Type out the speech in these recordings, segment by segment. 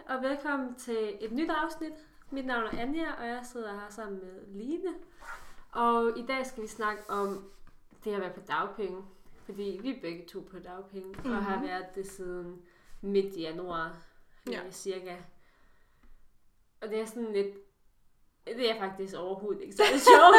og velkommen til et nyt afsnit. Mit navn er Anja, og jeg sidder her sammen med Line. Og i dag skal vi snakke om det at være på dagpenge. Fordi vi er begge to på dagpenge, og har været det siden midt i januar, cirka. Og det er sådan lidt... Det er faktisk overhovedet ikke så sjovt.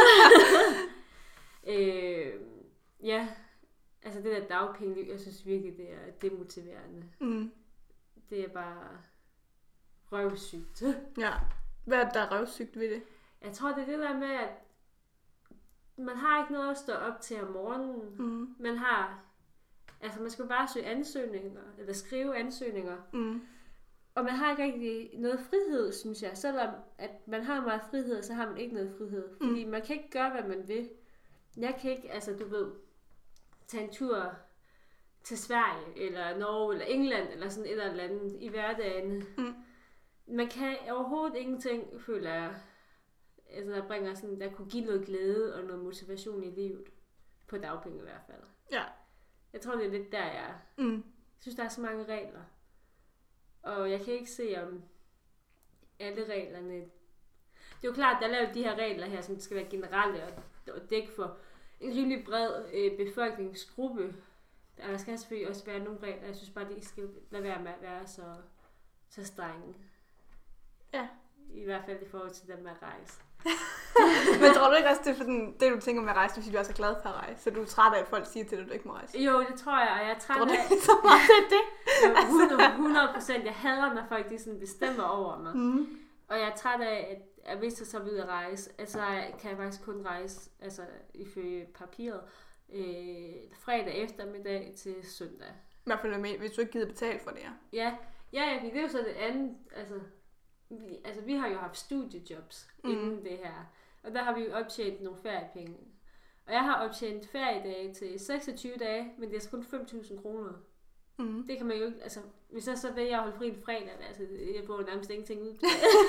Ja, altså det der dagpenge, jeg synes virkelig, det er demotiverende. Det er bare røvsygt. Ja. Hvad er der røvsygt ved det? Jeg tror, det er det der med, at man har ikke noget at stå op til om morgenen. Man har... Altså, man skal bare søge ansøgninger, eller skrive ansøgninger. Og man har ikke rigtig noget frihed, synes jeg. Selvom at man har meget frihed, så har man ikke noget frihed. Fordi man kan ikke gøre, hvad man vil. Jeg kan ikke, altså du ved, tage en tur til Sverige, eller Norge, eller England, eller sådan et eller andet i hverdagen. Man kan overhovedet ingenting, føler jeg, altså der bringer sådan, der kunne give noget glæde og noget motivation i livet. På dagpenge i hvert fald. Ja. Jeg tror, det er lidt der, jeg er. Jeg synes, der er så mange regler. Og jeg kan ikke se, om alle reglerne... Det er jo klart, der er lavet de her regler her, som skal være generelle og dække for en rimelig bred befolkningsgruppe. Der skal selvfølgelig også være nogle regler. Jeg synes bare, de skal lade være med at være så strenge. Ja. I hvert fald i forhold til dem med at rejse. Men tror du ikke også, det er for det, du tænker med at rejse, fordi du er så glad for at rejse? Så du er træt af, at folk siger til dig, at du ikke må rejse? Jo, det tror jeg, og jeg er træt af... Tror du ikke så meget det? 100%. Jeg hader, når folk de sådan bestemmer over mig. Og jeg er træt af, at hvis jeg så vil rejse, altså kan jeg faktisk kun rejse, altså ifølge papiret, fredag eftermiddag til søndag. I hvert fald med, hvis du ikke gider betale for det, ja. Ja, det er jo så det andet, altså vi har jo haft studiejobs inden det her, og der har vi jo optjent nogle feriepenge. Og jeg har optjent feriedage til 26 dage, men det er kun 5.000 kroner. Det kan man jo ikke, altså hvis jeg så vælger at holde fri en fredag, altså jeg får nærmest ingenting ud.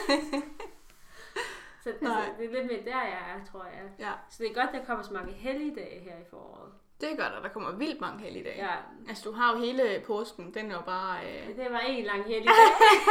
Så altså, det er lidt mere der, jeg er, tror jeg. Ja. Så det er godt, der kommer så mange helligdage her i foråret. Det er godt, at der kommer vildt mange helligdage. Ja. Altså du har jo hele påsken, den er jo bare... Det var en lang helligdag.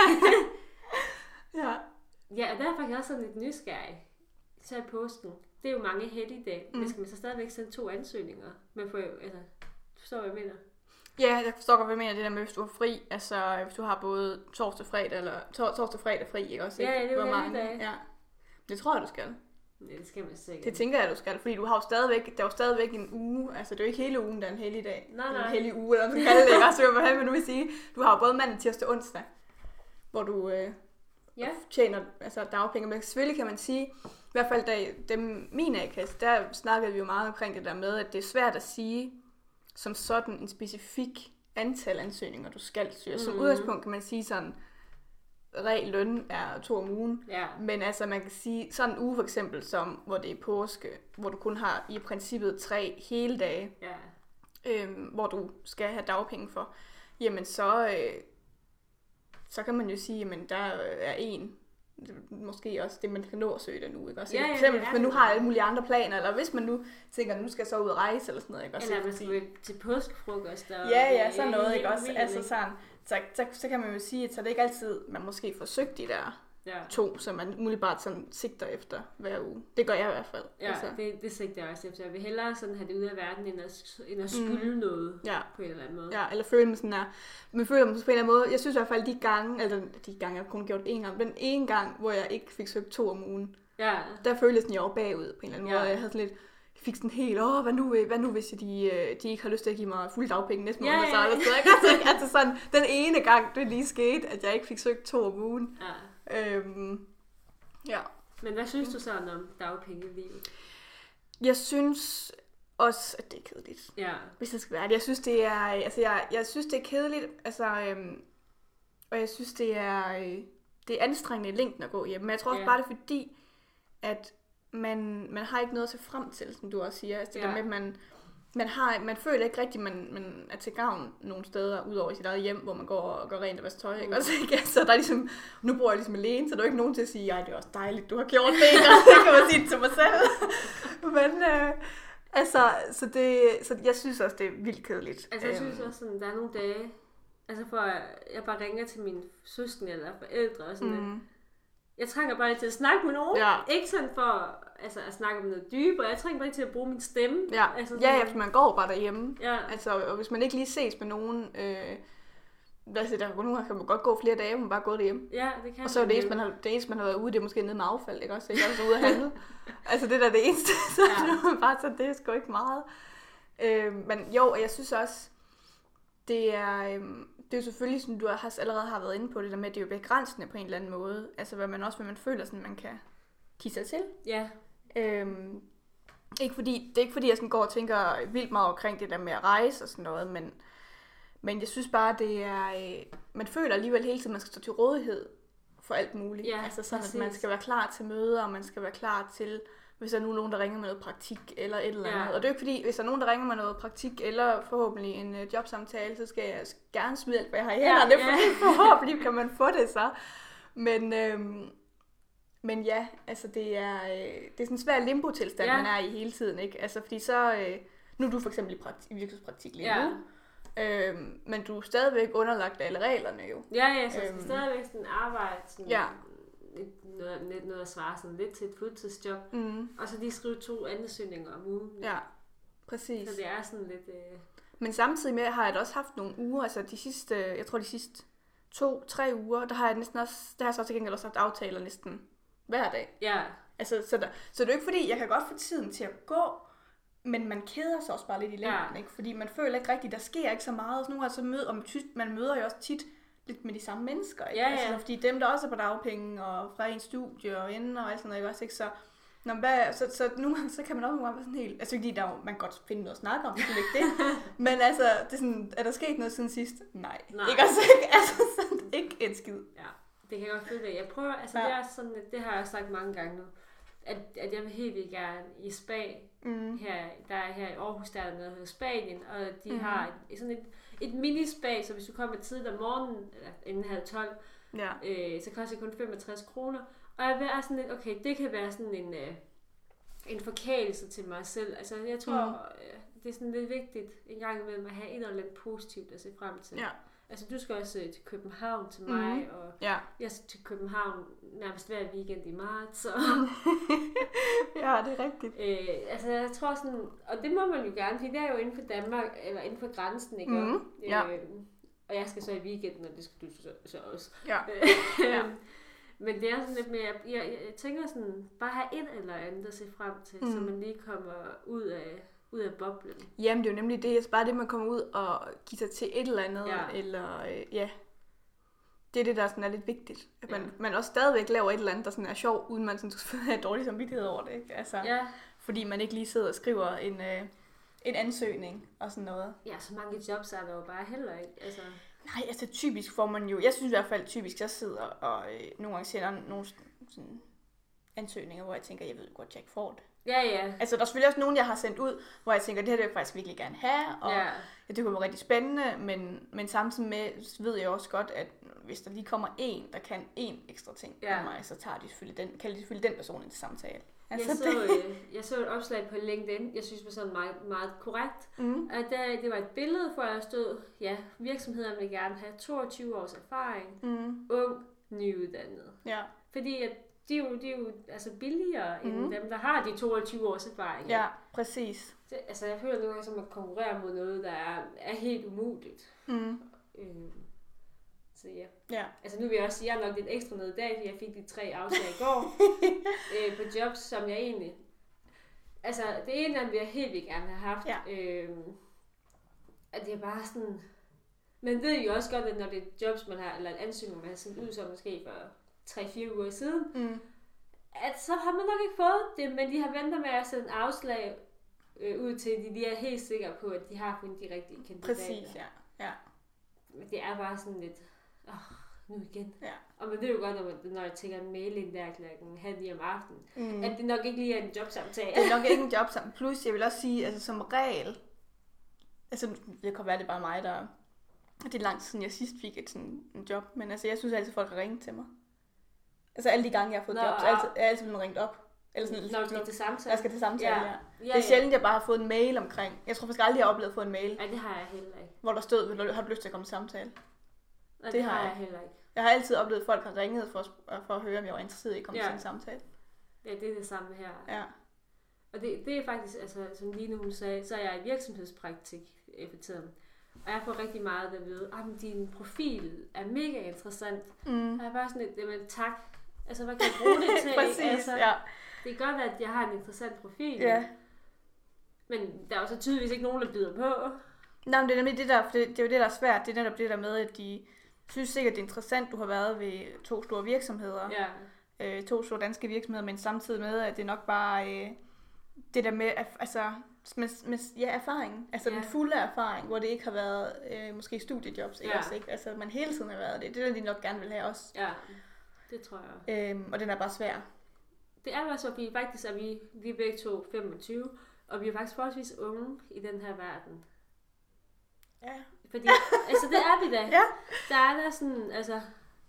Ja. Ja, og der er faktisk også sådan lidt nysgerrig. Så i påsken. Det er jo mange helligdage. Men skal man så stadigvæk sende 2 ansøgninger? Man får jo, altså, du forstår, hvad jeg mener? Ja, jeg forstår godt, hvad jeg mener, det der med, hvis du har fri. Altså, hvis du har både torsdag og fredag, eller torsdag og fredag fri, ikke også? Ikke? Ja, det er jo helligdage. Ja. Det tror jeg, du skal. Ja, det skal man sikkert. Det tænker jeg, du skal, fordi du har jo stadigvæk, der er jo stadigvæk en uge, altså det er jo ikke hele ugen, der er en hellig dag. Nej. En hellig uge, eller hvad man kalder det, ikke? Altså, hvad man nu vil sige. Du har jo både mandag, tirsdag og onsdag, hvor du tjener altså, dagpenge. Men selvfølgelig kan man sige, i hvert fald da min A-kasse, der snakkede vi jo meget omkring det der med, at det er svært at sige som sådan en specifik antal ansøgninger, du skal søge. Som udgangspunkt kan man sige sådan, reel løn er 2 om ugen. Ja. Men altså man kan sige, sådan en uge for eksempel, som, hvor det er påske, hvor du kun har i princippet 3 hele dage, hvor du skal have dagpenge for, jamen så kan man jo sige, jamen der er en, måske også det, man kan nå at søge den uge, ikke? Også, for eksempel, hvis man nu har alle mulige andre planer, eller hvis man nu tænker, nu skal jeg så ud og rejse, eller sådan noget, ikke? Også, eller man skal til påskefrokost. Ja, sådan noget, ikke? Også, altså sådan, så kan man jo sige, at så er det ikke altid, man måske får søgt de der 2, som man umiddelbart sådan sigter efter hver uge. Det gør jeg i hvert fald. Ja, altså. det sigter jeg også efter. Jeg vil hellere sådan have det ud af verden, end at skylde noget på en eller anden måde. Ja, eller føle mig sådan der. Men føler mig på en eller anden måde. Jeg synes i hvert fald, de gange, jeg kun gjort det en gang, men den ene gang, hvor jeg ikke fik søgt 2 om ugen, der følte jeg sådan, jeg var bagud på en eller anden måde. Jeg havde sådan lidt, jeg fik sådan helt, hvad nu hvis de ikke har lyst til at give mig fuld dagpenge næste måned, så eller sådan, altså sådan, den ene gang, det lige skete, at jeg ikke fik søgt 2 om ugen. Men hvad synes du så om dagpengelivet? Jeg synes også, at det er kedeligt. Ja. Hvis det skal være det. Jeg synes, det er, jeg synes, det er kedeligt, og jeg synes, det er anstrengende i længden at gå hjem. Men jeg tror også bare, det er fordi, at man har ikke noget at se frem til, som du også siger. Altså det der med, at man føler ikke rigtigt, man er til gavn nogle steder, udover i sit eget hjem, hvor man går og gør rent og vasker tøj. Ikke? Også, ikke? Så der er ligesom, nu bor jeg ligesom alene, så der er ikke nogen til at sige, det er også dejligt, du har gjort det, og kan man sige det til mig selv. Men så jeg synes også, det er vildt kedeligt. Altså jeg synes også, sådan, der er nogle dage, Altså for, jeg bare ringer til mine søskende eller forældre og sådan lidt. Jeg trænger bare til at snakke med nogen. Ja. Ikke sådan for at snakke om noget dybere. Jeg trænger bare til at bruge min stemme. Ja, altså for man går bare derhjemme. Ja. Altså, og hvis man ikke lige ses med nogen... der kan man godt gå flere dage, man bare gå derhjemme. Ja, det kan. Og så er det eneste, man har været ude, det er måske nede med affald, ikke også? Ikke også ude at handle. Altså det der er det eneste, så bare så det er sgu ikke meget. Men jo, og jeg synes også, det er jo selvfølgelig, som du allerede har været inde på, det der med, at det er jo begrænsende på en eller anden måde. Altså hvad man føler, sådan man kan kigge sig til. Ja. Det er ikke fordi, jeg sådan går og tænker vildt meget omkring det der med at rejse og sådan noget, men jeg synes bare, det er... man føler alligevel hele tiden, at man skal stå til rådighed for alt muligt. Ja, altså sådan, præcis. At man skal være klar til møder, og man skal være klar til, hvis der er nogen, der ringer med noget praktik eller et eller andet. Og det er jo ikke fordi, hvis der er nogen, der ringer med noget praktik eller forhåbentlig en jobsamtale, så skal jeg gerne smide alt, hvad jeg har i hænderne, fordi forhåbentlig kan man få det så. Men ja, altså det er sådan en svær limbo-tilstand, man er i hele tiden, ikke? Altså fordi så... nu er du for eksempel i virksomhedspraktik lige nu. Men du er stadigvæk underlagt alle reglerne jo. Ja, så skal stadigvæk sådan arbejde sådan noget at svare sådan lidt til et fuldtidsjob. Og så de skrive 2 ansøgninger om ugen. Ja, præcis. Så det er sådan lidt... Men samtidig med har jeg da også haft nogle uger, altså de sidste 2-3 uger, der har jeg næsten også, der har jeg så til gengæld også haft aftaler næsten hver dag. Ja. Altså, så det er jo ikke fordi, jeg kan godt få tiden til at gå, men man keder sig også bare lidt i længden, ikke? Fordi man føler ikke rigtigt, der sker ikke så meget. Så nogle gange så man møder jo også tit lidt med de samme mennesker, ikke? Ja. Altså, fordi dem, der også er på dagpenge og fra en studie og inde og alt sådan noget, ikke også, ikke? Så nogle gange, så kan man også være sådan helt... Altså fordi man kan godt finde noget at snakke om, det er ikke det. Men altså, det er sådan, er der sket noget siden sidst? Nej. Ikke også, ikke? Altså sådan, ikke en skid. Ja, det kan jeg godt føle. Jeg prøver, altså det er sådan, det har jeg sagt mange gange nu, at jeg vil helt vildt gerne i Spa, her i Aarhus, der er noget, der hedder Spanien, og de har sådan et mini-spa, så hvis du kommer tidligt om morgenen, eller inden 11:30, så koster det kun 65 kroner. Og jeg er sådan lidt, okay, det kan være sådan en forkælelse til mig selv. Altså jeg tror, det er sådan lidt vigtigt en gang imellem at have et eller andet positivt at se frem til. Ja. Altså du skal også til København til mig, og jeg skal til København nærmest hver weekend i marts. Og ja, det er rigtigt. Altså jeg tror sådan, og det må man jo gerne, fordi det er jo inden for Danmark, eller inden for grænsen, ikke? Og jeg skal så i weekenden, og det skal du så også. Ja. Men det er sådan lidt mere, jeg tænker sådan, bare have et eller andet at se frem til, så man lige kommer ud af boblen. Jamen det er jo nemlig det, bare det man kommer ud og giver sig til et eller andet, eller det er det, der sådan er lidt vigtigt. At man også stadigvæk laver et eller andet, der sådan er sjov, uden man sådan skal have dårlig samvittighed over det, ikke? Altså, fordi man ikke lige sidder og skriver en ansøgning og sådan noget. Ja, så mange jobs er der jo bare heller ikke, altså... Nej, altså typisk får man jo, jeg synes i hvert fald typisk, jeg sidder og nogle gange sender nogle sådan ansøgninger, hvor jeg tænker, jeg ved godt, jeg ikke får det. Ja. Altså der er selvfølgelig også nogen, jeg har sendt ud, hvor jeg tænker, det her vil jeg faktisk virkelig gerne have, og det kunne være rigtig spændende, men samtidig med, ved jeg også godt, at hvis der lige kommer en, der kan en ekstra ting med mig, så kalder de selvfølgelig den person ind til samtale. Altså, jeg så et opslag på LinkedIn, jeg synes det var sådan meget, meget korrekt. Og det var et billede, hvor jeg stod, virksomhederne vil gerne have 22 års erfaring, ung, nyuddannet. Ja. Fordi at de er jo altså billigere end dem, der har de 22 års erfaring. Ja, præcis. Altså jeg føler nogle gange som at konkurrere mod noget, der er helt umuligt. Så ja. Altså nu vil jeg også sige, at jeg er nok lidt ekstra noget i dag, fordi jeg fik de 3 afslag i går på jobs, som jeg egentlig... Altså det ene af dem vil jeg helt vildt gerne have haft. Ja. At det er bare sådan... Man ved jo også godt, at når det er jobs, man har, eller en ansøgning, man har sendt ud, som måske for 3-4 uger siden, at så har man nok ikke fået det, men de har ventet med at sende en afslag ud til, de er helt sikre på, at de har fundet de rigtige kandidater. Præcis, ja. Men det er bare sådan lidt, nu igen. Ja. Og man ved jo godt, når jeg tænker en mail ind der klokken 9:30 om aftenen, at det nok ikke lige er en jobsamtale. Det er nok ikke en jobsamtale. Plus, jeg vil også sige, altså som regel, altså det kan være, det er bare mig, der... Det er langt siden jeg sidst fik en job, men altså jeg synes altid, folk har ringet til mig. Altså alle de gange, jeg har fået jobs, er altid blevet ringet op. Eller sådan, når du skal til samtale? Jeg skal til samtale, ja. Det er sjældent, jeg bare har fået en mail omkring. Jeg tror faktisk aldrig, jeg har oplevet at få en mail. Nej, det har jeg heller ikke. Hvor der stod, har du lyst til at komme til samtale? Og det har jeg heller ikke. Jeg har altid oplevet, at folk har ringet for at høre, om jeg var interesseret i at komme til en samtale. Ja, det er det samme her. Ja. Og det er faktisk, altså, som Line hun sagde, så er jeg i virksomhedspraktik for tiden. Og jeg får rigtig meget at vide, at din profil er mega interessant. Og jeg er bare sådan lidt, jamen tak. Altså, hvad kan jeg bruge det til? Præcis, altså, ja. Det er godt, at jeg har en interessant profil. Ja. Men der er jo så tydeligvis ikke nogen, der byder på. Nej, men det er nemlig det der, for det er jo det, der er svært. Det er netop det der med, at de synes sikkert, det er interessant, du har været ved 2 store virksomheder. Ja. 2 store danske virksomheder, men samtidig med, at det er nok bare det der med, altså, med erfaringen. Altså den fulde erfaring, hvor det ikke har været måske studiejobs. Ikke? Altså man hele tiden har været det. Det er det, de nok gerne vil have også. Ja, det tror jeg. Og den er bare svær. Det er altså, vi faktisk er vi er begge 2 25, og vi er faktisk forholdsvis unge i den her verden. Ja. Fordi, altså det er vi da. Ja. Der er der sådan, altså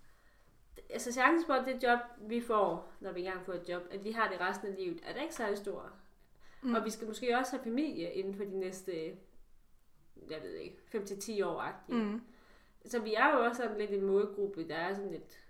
chancen for, at det job, vi får, når vi engang får et job, at vi har det resten af livet, er da ikke særlig stor. Og vi skal måske også have familie inden for de næste, jeg ved ikke, 5-10 år-agtige. Så vi er jo også sådan lidt en målgruppe, der er sådan lidt,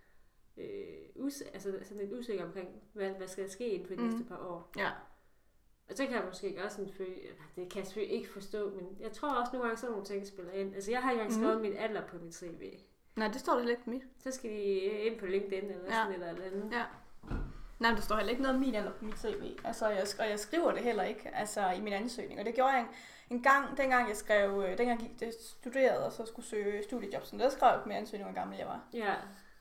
sådan lidt usikker omkring, hvad skal der ske inden for de næste par år. Ja. Og så kan jeg måske også sådan føle, det kan jeg selvfølgelig ikke forstå, men jeg tror også nogle gange sådan nogle ting spiller ind. Altså jeg har ikke engang skrevet min alder på mit CV. Nej, det står der lidt på mit. Så skal de ind på LinkedIn eller sådan eller andet. Ja. Nej, men der står heller ikke noget om min alder på mit CV. Altså, jeg skriver det heller ikke i min ansøgning. Og det gjorde jeg en gang, dengang jeg studerede og så skulle søge studiejobs. Så der skrev jeg på min ansøgning, hvor gammel jeg var. Ja.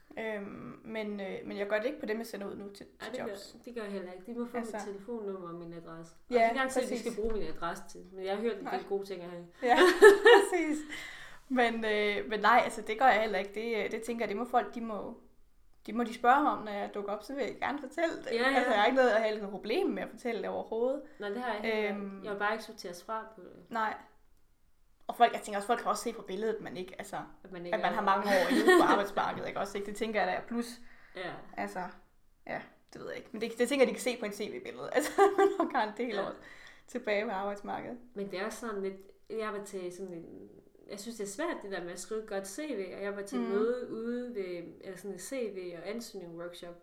Men jeg gør det ikke på dem, jeg sender ud nu til jobs. Det gør jeg heller ikke. De må få mit telefonnummer og min adresse. Og ja, det kan ikke de skal bruge min adresse til. Men jeg har hørt, at det er gode ting at have. Ja, præcis. Men nej, altså det gør jeg heller ikke. Det tænker jeg, det må folk, de må spørge mig om, når jeg dukker op, så vil jeg gerne fortælle det. Ja. Altså jeg har ikke noget problem med at fortælle det overhovedet. Nej, det har jeg ikke. Jeg vil bare ikke sorteres fra på det. Nej. Og jeg tænker også, folk kan også se på billedet, at man har mange år ude på arbejdsmarkedet, ikke? Også, ikke? Det tænker jeg, der er plus. Ja. Altså, ja, det ved jeg ikke. Men det tænker jeg, de kan se på en CV-billede. Altså, man nok har en del år tilbage på arbejdsmarkedet. Men det er også sådan lidt, jeg var til sådan en, jeg synes det er svært det der med at skrive et godt CV, og jeg var til møde ude ved, eller sådan en CV og ansøgning workshop.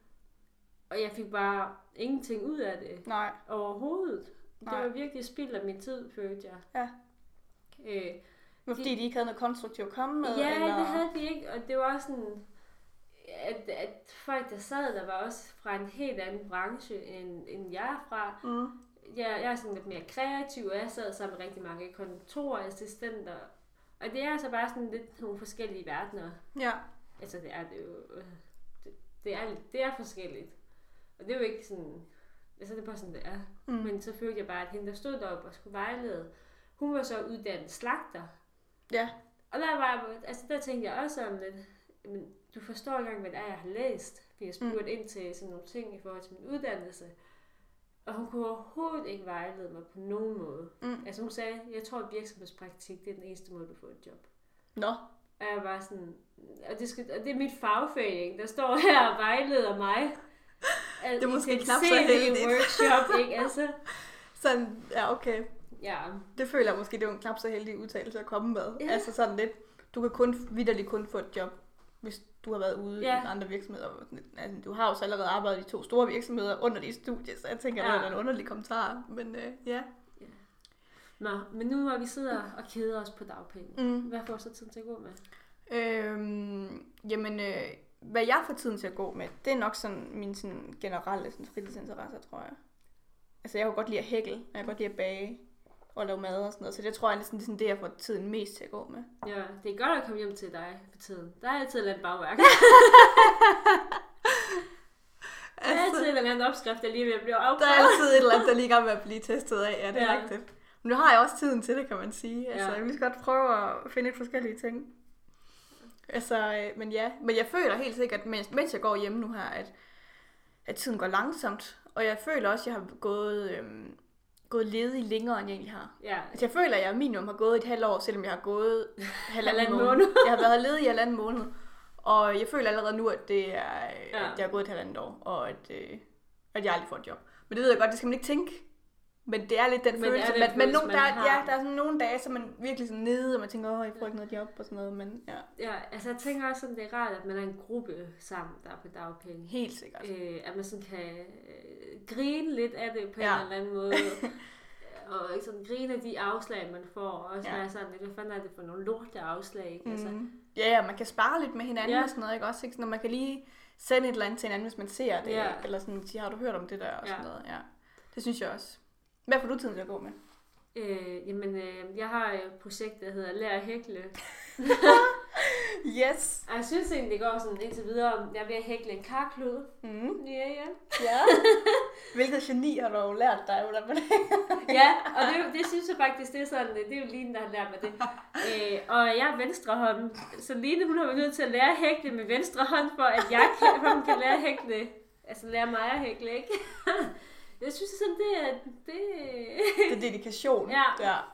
Og jeg fik bare ingenting ud af det. Nej. Overhovedet. Det var virkelig spild af min tid, følte jeg. Ja. Fordi de ikke havde noget konstruktivt at komme med? Ja, eller? Det havde de ikke, og det var også sådan, at folk der sad, der var også fra en helt anden branche, end jeg er fra. Jeg er sådan lidt mere kreativ, og jeg sad sammen med rigtig mange kontorassistenter. Og det er altså bare sådan lidt nogle forskellige verdener. Ja. Altså det er det jo, det er forskelligt. Og det er jo ikke sådan, altså det er bare sådan det er. Men så følte jeg bare, at hende der stod deroppe og skulle vejlede, hun var så uddannet slagter. Ja. Og der tænkte jeg også om lidt, men du forstår ikke engang, hvad det er, jeg har læst. Fordi jeg spurgte ind til sådan nogle ting i forhold til min uddannelse. Og hun kunne overhovedet ikke vejlede mig på nogen måde. Altså hun sagde, jeg tror, at virksomhedspraktik, det er den eneste måde, du får et job. Nå. Og jeg var sådan, og det er mit fagforening, der står her og vejleder mig. Det er måske knap så heldigt. Workshop, ikke? Altså. Sådan, ja, okay. Ja. Det føler jeg måske, det var en knap så heldig udtalelse at komme med. Ja. Altså sådan lidt, du kan vitterligt kun få et job, hvis du har været ude i andre virksomheder. Altså, du har jo så allerede arbejdet i 2 store virksomheder under dit studie, så jeg tænker, det er en underlig kommentar. Men ja. Nå, men nu hvor vi sidder og keder os på dagpenge, hvad får du så tiden til at gå med? Hvad jeg får tiden til at gå med, det er nok sådan min sådan generelle sådan fritidsinteresser, tror jeg. Altså jeg kan godt lide at hækle, og jeg kan godt lide at bage og lave mad og sådan noget, så det tror jeg næsten det, jeg får tiden mest til at gå med. Ja, det er godt at komme hjem til dig for tiden. Der er altid et eller andet bagværk. Der er altid en eller anden opskrift, der lige ved at blive afprøvet. Der er altid et eller andet, der lige er ved at blive testet af, ja, det er rigtigt. Men nu har jeg også tiden til det, kan man sige. Altså, jeg vil godt prøve at finde et forskellige ting. Altså, men jeg føler helt sikkert, mens jeg går hjemme nu her, at tiden går langsomt. Og jeg føler også, at jeg har gået ledig længere, end jeg egentlig har. Ja. Altså, jeg føler, at jeg minimum har gået et halvt år, selvom jeg har gået halvanden måned. Jeg har været ledig i 1,5 måned. Og jeg føler allerede nu, at at jeg har gået et halvandet år, og at jeg aldrig får et job. Men det ved jeg godt, det skal man ikke tænke. Men det er lidt den følelse. Men der er sådan nogle dage, så man virkelig sådan nede, og man tænker, jeg får ikke noget job og sådan noget. Men, ja, altså jeg tænker også sådan, det er rart, at man er en gruppe sammen, der er på dagpenge. Helt sikkert. At man sådan kan grine lidt af det på en eller anden måde. Og sådan grine af de afslag, man får. Og også være sådan lidt, hvad fanden er det for nogle lorte afslag, ikke? Altså. Ja, man kan spare lidt med hinanden og sådan noget, ikke? Også, ikke? Når man kan lige sende et eller andet til hinanden, hvis man ser det. Eller sådan, har du hørt om det der og sådan noget. Ja. Det synes jeg også. Hvad får du tiden til at gå med? Jeg har et projekt, der hedder Lær at hækle. Yes. Og jeg synes egentlig, det går sådan indtil videre. Jeg er ved at hækle en karklud. Ja. Hvilket geni har du lært dig? Ja, og det synes jeg faktisk, det er sådan, det er jo Line, der har lært mig det. Og jeg er venstrehånden, så Line, hun har været nødt til at lære at hækle med venstre hånd, for at hun kan lære at hækle, altså lære mig at hækle, ikke? Jeg synes sådan, det er dedikation. Ja.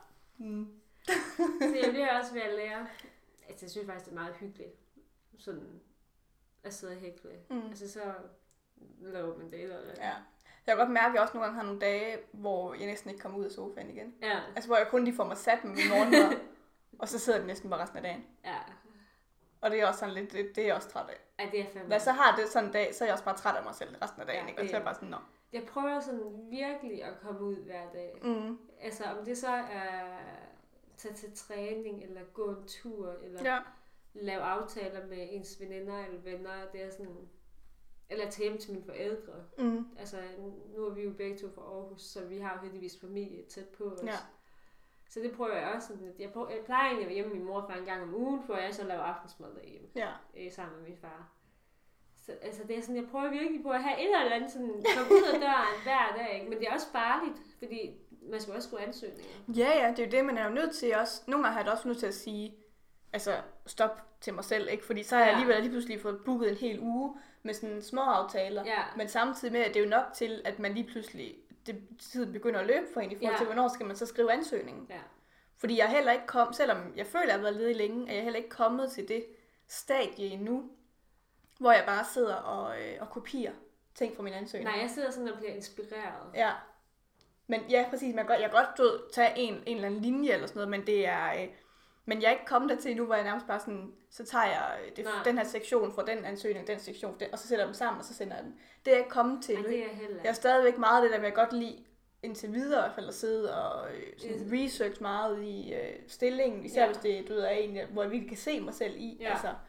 Så jeg bliver også ved at lære. Altså, jeg synes faktisk, det er meget hyggeligt. Sådan at sidde og hækle. Altså, så laver man det. Eller ja. Jeg kan godt mærke, at jeg også nogle gange har nogle dage, hvor jeg næsten ikke kommer ud af sofaen igen. Ja. Altså, hvor jeg kun lige får mig sat med min morgenmad, og så sidder jeg næsten bare resten af dagen. Ja. Og det er også sådan lidt, det er jeg også træt af. Ja, det er fandme. Når så har det sådan en dag, så er jeg også bare træt af mig selv resten af dagen, ikke? Og så er jeg bare sådan, Jeg prøver sådan virkelig at komme ud hver dag. Altså, om det så er tage til træning, eller gå en tur, eller lave aftaler med ens veninder eller venner, det er sådan, eller tage hjem til mine forældre. Altså, nu er vi jo begge to fra Aarhus, så vi har jo heldigvis familie tæt på os. Ja. Så det prøver jeg også sådan, jeg plejer egentlig at være hjemme med min mor for en gang om ugen, for jeg så laver aftensmad derhjemme, sammen med min far. Så, altså det er sådan, jeg prøver virkelig på at have et eller andet sådan, komme ud af døren hver dag, ikke? Men det er også farligt, fordi man skal også skrive ansøgninger. Ja, det er jo det, man er jo nødt til også. Nogle gange har jeg da også nødt til at sige, altså stop til mig selv, ikke? Fordi så har jeg alligevel lige pludselig fået booket en hel uge med sådan små aftaler, men samtidig med, at det er jo nok til, at man lige pludselig, tiden begynder at løbe for en i forhold til, hvornår skal man så skrive ansøgningen. Ja. Fordi jeg heller ikke kom, selvom jeg føler, at jeg har været ledig længe, er jeg heller ikke kommet til det stadie endnu, hvor jeg bare sidder og kopierer ting fra min ansøgning. Nej, jeg sidder sådan og bliver inspireret. Ja. Men ja, præcis. Jeg kan godt tage en eller anden linje eller sådan noget, men det er... men jeg er ikke kommet dertil endnu, hvor jeg nærmest bare sådan... Så tager jeg den her sektion fra den ansøgning, den sektion fra den, og så sætter jeg dem sammen, og så sender jeg dem. Det er jeg ikke kommet til endnu. Jeg er stadigvæk meget det der, men jeg godt lide indtil videre i hvert fald at sidde og research meget i stillingen, især hvis det er en, hvor jeg virkelig kan se mig selv i. Ja. Altså,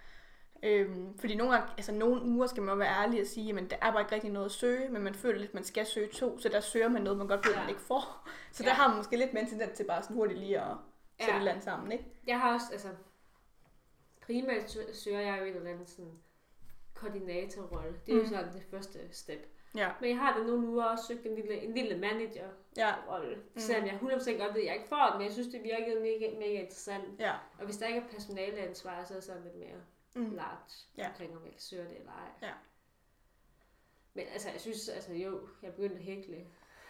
fordi nogle gange, altså nogle uger skal man jo være ærlig og sige, at der er bare ikke rigtig noget at søge, men man føler lidt, at man skal søge 2, så der søger man noget, man godt ved, man ikke får. Så der har man måske lidt mere tendens til bare sådan hurtigt lige at sætte et eller andet sammen, ikke? Jeg har også, altså primært søger jeg jo et eller andet sådan koordinatorrolle. Det er jo sådan det første step. Ja. Men jeg har da nogle uger også søgt en lille manager-rolle. Selvom jeg 100% godt ved, at jeg ikke får det, men jeg synes, det virkede mega interessant. Ja. Og hvis der ikke er personaleansvar, så er det sådan lidt mere large omkring, om jeg kan søge det eller ej. Ja. Men altså, jeg synes, altså jo, jeg begyndte at hækle.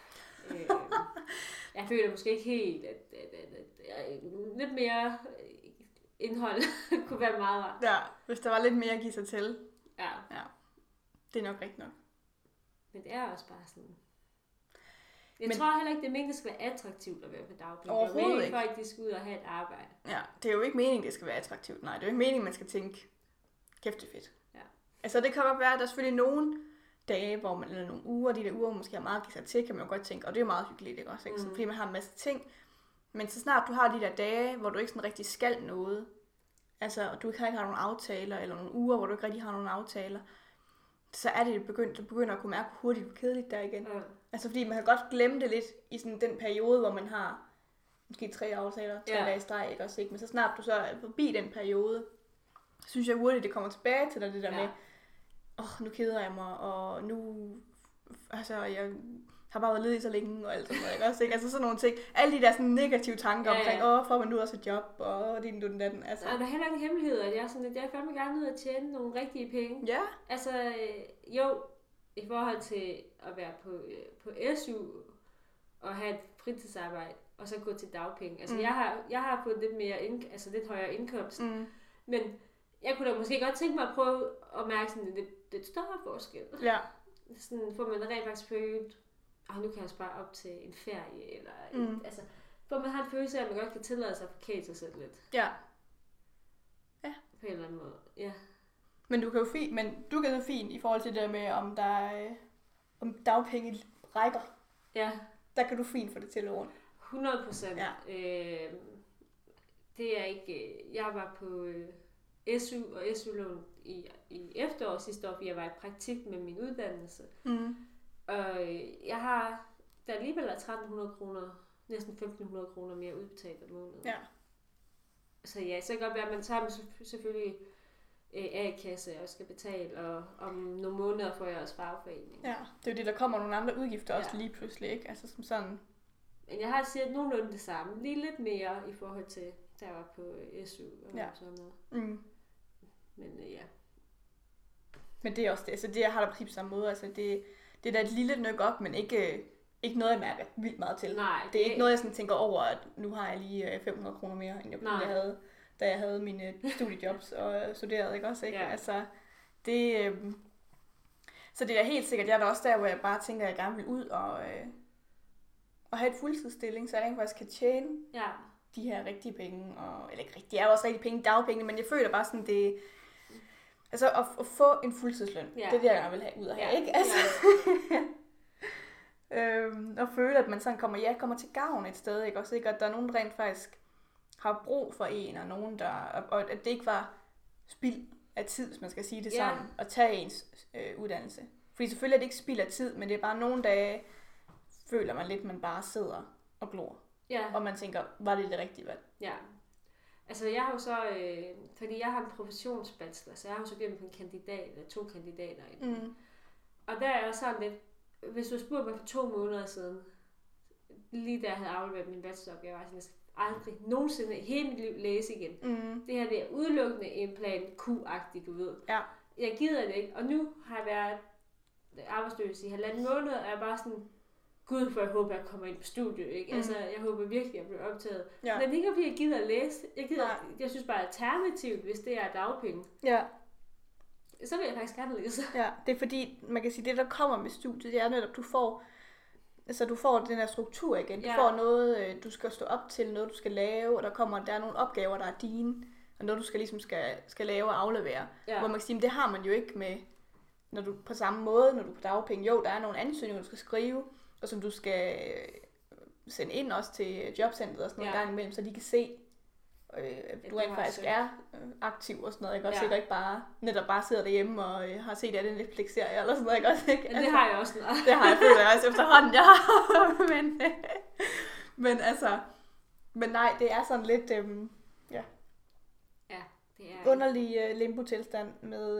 Jeg føler måske ikke helt, at lidt mere indhold kunne være meget rart. Ja, hvis der var lidt mere at give sig til. Ja. Det er nok rigtigt nok. Men det er også bare sådan... Jeg tror heller ikke, det er meningen, det skal være attraktivt at være på dagpenge. Overhovedet ikke. Folk, de skal ud og have et arbejde. Ja, det er jo ikke meningen, det skal være attraktivt. Nej, det er jo ikke meningen, man skal tænke, kæft, det er fedt. Ja. Altså, det kan godt være, at der er selvfølgelig nogle dage, hvor man, eller nogle uger, de der uger, måske har meget at give sig til, kan man jo godt tænke, og det er jo meget hyggeligt, ikke også? Ikke? Fordi man har en masse ting. Men så snart du har de der dage, hvor du ikke sådan rigtig skal noget, altså, og du ikke har nogle aftaler, eller nogle uger, hvor du ikke rigtig har nogle aftaler, så er det begyndt, du begynder at kunne mærke, hvor hurtigt og kedeligt der igen. Altså fordi man kan godt glemme det lidt i sådan den periode, hvor man har måske 3 aftaler, 3 dage i streg, ikke også, ikke? Men så snart du så er forbi den periode, synes jeg hurtigt, det kommer tilbage til dig, det der med, nu keder jeg mig, og nu, altså jeg har bare været ledig så længe, og alt sådan noget, ikke også, ikke? Altså sådan nogle ting. Alle de der sådan negative tanker omkring, får man nu også et job, og den. Altså. Og der er heller ikke hemmelighed, at jeg er sådan, at jeg fandme gerne ud at tjene nogle rigtige penge. Ja. Altså, jo, i forhold til at være på SU, og have et fritidsarbejde, og så gå til dagpenge. Altså, jeg har fået lidt mere, lidt højere indkomst. Men jeg kunne da måske godt tænke mig at prøve at mærke sådan lidt større forskel. Ja. Sådan får man rent faktisk følt, nu kan jeg spare op til en ferie, eller altså, hvor man har en følelse af, at man godt kan tillade sig at forkæle sig selv lidt. Ja. På en eller anden måde, ja. Men du kan så fint i forhold til det med, om dagpenge rækker. Ja. Der kan du fint få det til at rundt. 100%. Ja. Det er ikke... Jeg var på SU og SU-lån i efteråret sidste år, fordi jeg var i praktik med min uddannelse. Og jeg har... Der alligevel er 1.300 kroner, næsten 1.500 kroner mere udbetalt om måneden. Ja. Så ja, så kan det godt være, at man tager selvfølgelig A-kasse og skal betale, og om nogle måneder får jeg også fagforening. Ja, det er jo det, der kommer nogle andre udgifter også lige pludselig, ikke? Altså som sådan... Men jeg har set nogenlunde det samme. Lige lidt mere i forhold til, da jeg var på SU og sådan noget. Men ja. Men det er også det. Altså det, jeg har da præcis samme måde. Altså det er da et lille nøk op, men ikke noget, jeg mærker vildt meget til. Nej, det er ikke noget, jeg sådan tænker over, at nu har jeg lige 500 kroner mere, end jeg havde, da jeg havde mine studiejobs og studerede, ikke også? Ikke? Ja. Altså, det... Så det er da helt sikkert. Jeg er da også der, hvor jeg bare tænker, at jeg gerne vil ud og have et fuldtidsstilling, så jeg rent faktisk kan tjene de her rigtige penge. Eller ikke rigtige, det er jo også rigtige penge, dagpenge, men jeg føler bare sådan, det... Altså at få en fuldtidsløn, det er det, jeg gerne vil have ud af her, ikke? Altså... og føle, at man sådan kommer til gavn et sted, ikke? Også ikke, at der er nogen, der rent faktisk har brug for en, og nogen, og at det ikke var spild af tid, hvis man skal sige det sådan, at tage ens uddannelse. Fordi selvfølgelig er det ikke spild af tid, men det er bare nogle dage, føler man lidt, man bare sidder og glor. Ja. Og man tænker, var det rigtige valg? Ja. Altså jeg har jo så, fordi jeg har en professionsbachelor, så jeg har jo så gennem en kandidat, eller 2 kandidater i den. Og der er jeg sådan lidt, hvis du spurgte mig for 2 måneder siden, lige da jeg havde afleveret min bacheloropgave, var jeg aldrig nogensinde i hele mit liv læse igen. Det her det er udelukkende en plan Q-agtigt, du ved. Ja. Jeg gider det ikke, og nu har jeg været arbejdsløs i 1,5 måned, og jeg er bare sådan, gud, for jeg håber, jeg kommer ind på studiet, ikke? Altså, jeg håber virkelig, jeg bliver optaget. Ja. Men ikke fordi jeg gider at læse. Jeg synes bare alternativt, hvis det er dagpenge. Ja. Så vil jeg faktisk gerne læse. Ja, det er fordi, man kan sige, det der kommer med studiet, det er netop, du får den her struktur igen. Du får noget, du skal stå op til, noget du skal lave, og der er nogle opgaver, der er dine, og noget du skal lave og aflevere. Ja. Hvor man kan sige, det har man jo ikke med, når du på samme måde, når du er på dagpenge. Jo, der er nogle ansøgninger, du skal skrive, og som du skal sende ind også til jobcentret og sådan noget gang imellem, så de kan se, du rent faktisk er aktiv og sådan noget, ikke? Også ikke bare netop bare sidder derhjemme og har set den Netflix-serie eller sådan noget, ikke? Også, ikke? Ja, det har jeg også. Det har jeg følt også efterhånden, jeg har. men altså, men nej, det er sådan lidt, det er underlig limbo-tilstand med,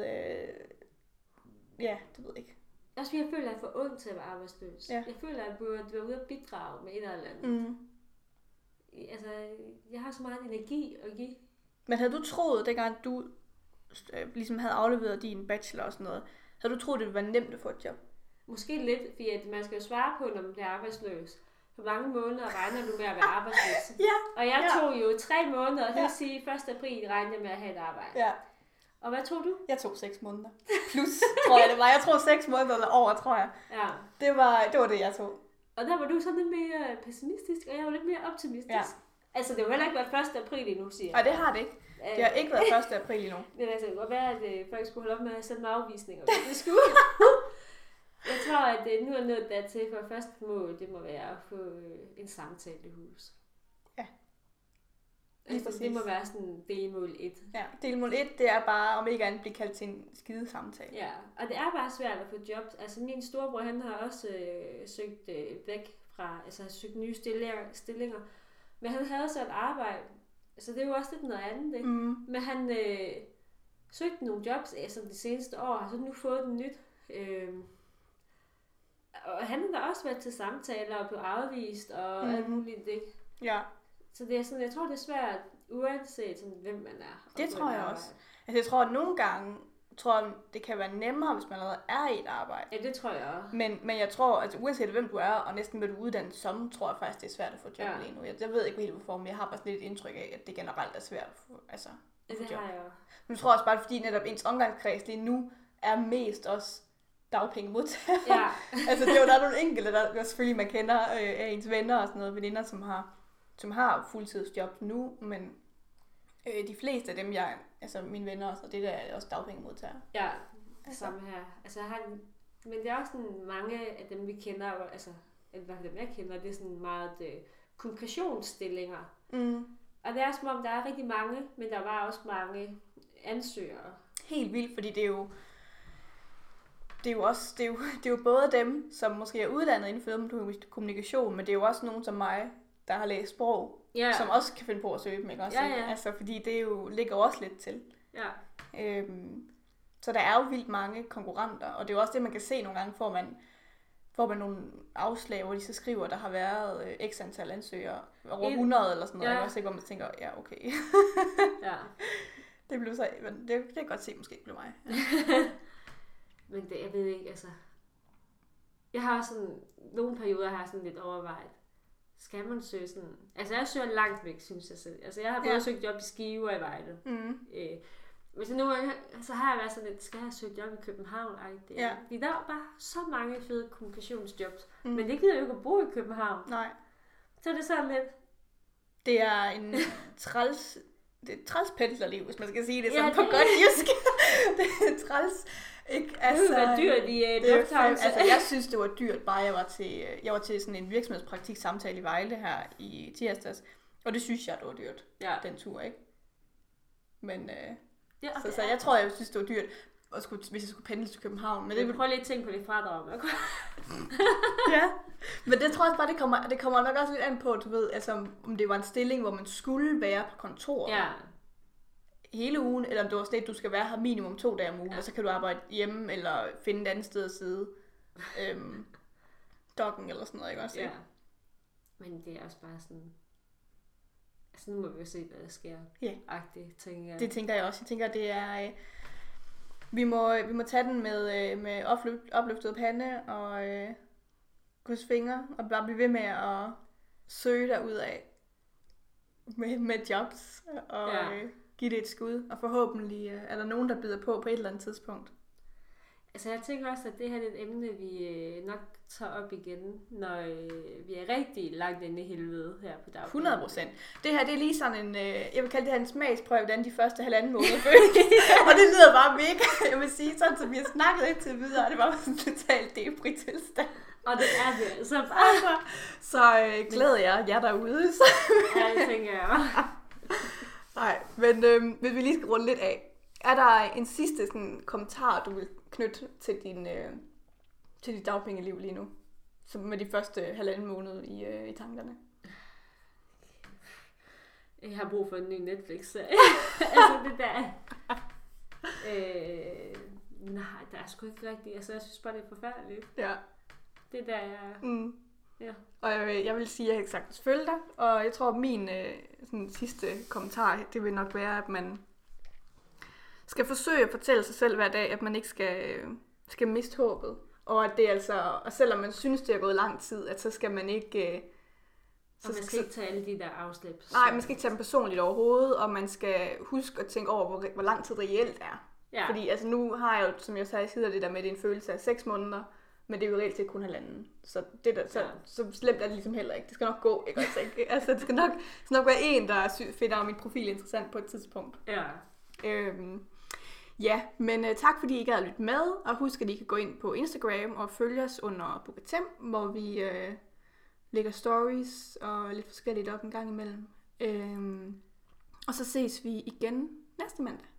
det ved jeg ikke. Også fordi jeg føler, at jeg er for ung til at være arbejdsløs. Ja. Jeg føler, at jeg burde være ude at bidrage med et eller andet. Altså, jeg har så meget energi at give. Men havde du troet, dengang du ligesom havde afleveret din bachelor og sådan noget, havde du troet, det ville være nemt at få et job? Måske lidt, fordi at man skal jo svare på, når man bliver arbejdsløs. Hvor mange måneder regner du med at være arbejdsløs? Og jeg tog jo 3 måneder, og det vil sige 1. april regnede jeg med at have et arbejde. Ja. Og hvad tog du? Jeg tog 6 måneder. Plus, tror jeg det var. Jeg tror 6 måneder eller over, tror jeg. Ja. Det var det, jeg tog. Og der var du sådan lidt mere pessimistisk, og jeg var lidt mere optimistisk. Ja. Altså, det har heller ikke været 1. april endnu, siger jeg. Nej, det har det ikke. Det har ikke været 1. april endnu. Men altså, det kan godt være, at folk skulle holde op med at sende mig afvisninger. Det skulle. Jeg tror, at nu er noget dertil for første mål, det må være at få en samtale i hus. Ja. Altså, det må være sådan delmål 1. Ja, delmål 1, det er bare, om ikke andet, blive kaldt til en skide samtale. Ja, og det er bare svært at få jobs. Altså, min storebror, han har også søgt væk fra, altså søgt nye stillinger. Men han havde så et arbejde, så det er jo også lidt noget andet, ikke? Men han søgte nogle jobs altså de seneste år, og så nu fået den nyt. Og han har da også været til samtaler og blevet afvist og alt muligt, ikke? Ja. Så det er sådan, jeg tror, det er svært, uanset sådan, hvem man er. Det tror jeg også. Altså, jeg tror, at nogle gange, det kan være nemmere, hvis man allerede er i et arbejde. Ja, det tror jeg også. Men jeg tror, altså uanset hvem du er, og næsten hvad du er uddannet som, tror jeg faktisk, det er svært at få job lige nu. Jeg ved ikke helt hvorfor, men jeg har bare sådan lidt et indtryk af, at det generelt er svært at få, at få job. Har jeg også. Men jeg tror også bare, fordi netop ens omgangskreds lige nu er mest også dagpengemodtagere. Ja. Altså der er nogle enkelte, der selvfølgelig man kender af ens venner og sådan noget, veninder, som har fuldtidsjob nu, men de fleste af dem, altså mine venner også, og det der er også dagpengemodtagere. Ja, samme her. Altså men det er også sådan mange af dem, vi kender, altså dem jeg kender, det er sådan meget kommunikationsstillinger. Og det er som om, der er rigtig mange, men der var også mange ansøgere. Helt vildt, fordi det er jo både dem, som måske er uddannet inden for kommunikation, men det er jo også nogen som mig, der har læst sprog, som også kan finde på at søge dem, ikke også? Ja. Altså, fordi det jo ligger også lidt til. Ja. Så der er jo vildt mange konkurrenter, og det er jo også det, man kan se nogle gange, får man nogle afslag, hvor de så skriver, der har været x antal ansøgere, over 100 eller sådan noget, ikke også, ikke, hvor man tænker, ja, okay. Ja. Det blev så, men det kan jeg godt se, måske blev mig. Ja. Men det, jeg ved ikke, altså, jeg har sådan, nogle perioder har jeg sådan lidt overvejet, skal man søge sådan, altså jeg søger langt væk, synes jeg selv. Altså jeg har både søgt job i Skive og i Vejle. Men så nogle gange, så har jeg været sådan lidt, skal jeg søge job i København? Ja. Fordi der er bare så mange fede kommunikationsjobs, men det gider jo ikke at bo i København. Nej. Så er det sådan lidt. Det er en træls pendlerliv, hvis man skal sige det sådan på godt jysk. Det er træls. Ikke? Altså, det er dyrt i lufthavn. Altså, jeg synes, det var dyrt, bare jeg var til sådan en virksomhedspraktik samtale i Vejle her i tirsdags. Og det synes jeg, det var dyrt, den tur, ikke? Men så jeg tror, jeg synes, det var dyrt, hvis jeg skulle pendle til København. Men det prøv lige at tænke på det fradrag. Ja, men det tror jeg bare, det kommer nok også lidt an på, du ved, altså, om det var en stilling, hvor man skulle være på kontor. Ja. Hele ugen, eller om det var sådan, at du skal være her minimum 2 dage om ugen, og så kan du arbejde hjemme, eller finde et andet sted at sidde. Dokken eller sådan noget, ikke også? Ja. Men det er også bare sådan, altså nu må vi jo se, hvad der sker. Ja. Agtigt, tænker jeg. Det tænker jeg også. Jeg tænker, det er, vi må tage den med opløftet pande, og krydse fingre, og bare blive ved med at søge derudad med jobs, og give det et skud, og forhåbentlig er der nogen, der byder på et eller andet tidspunkt. Altså jeg tænker også, at det her er et emne, vi nok tager op igen, når vi er rigtig langt inde i helvede her på dagpenge. 100%. Det her, det er lige sådan en, jeg vil kalde det her en smagsprøve, hvordan de første 1,5 måneder og det lyder bare mega, jeg vil sige, sådan som vi har snakket indtil videre, det var sådan en totalt debri tilstand. Og det er det altså bare. Så glæder jeg derude. Så. Ja, det tænker jeg. Nej, men hvis vi lige skal runde lidt af, er der en sidste sådan, kommentar, du vil knytte til dit dagpengeliv lige nu? Som med de første 1,5 måneder i tankerne? Jeg har brug for en ny Netflix-serie. Altså det der. Nej, der er sgu ikke rigtigt. Altså jeg synes bare, det er forfærdeligt. Ja. Det der er. Ja. Og jeg vil sige, at jeg kan sagtens følge dig. Og jeg tror, at min sådan, sidste kommentar, det vil nok være, at man skal forsøge at fortælle sig selv hver dag, at man ikke skal miste håbet. Og at det altså, og selvom man synes, det er gået lang tid, at så skal man ikke. Og man skal ikke tage alle de der afslip. Nej, man skal ikke tage dem personligt overhovedet, og man skal huske at tænke over, hvor lang tid reelt er. Ja. Fordi altså, nu har jeg jo, som jeg sagde, sidder det der med, det en følelse af 6 måneder, men det er jo reelt set kun 1,5. Så det der, så slemt er det ligesom heller ikke. Det skal nok gå, ikke også? Altså, det skal nok være en, der finder min profil interessant på et tidspunkt. Ja. Ja, men tak fordi I gad at lytte med, og husk at I kan gå ind på Instagram og følge os under Bukatem, hvor vi lægger stories og lidt forskelligt op en gang imellem. Og så ses vi igen næste mandag.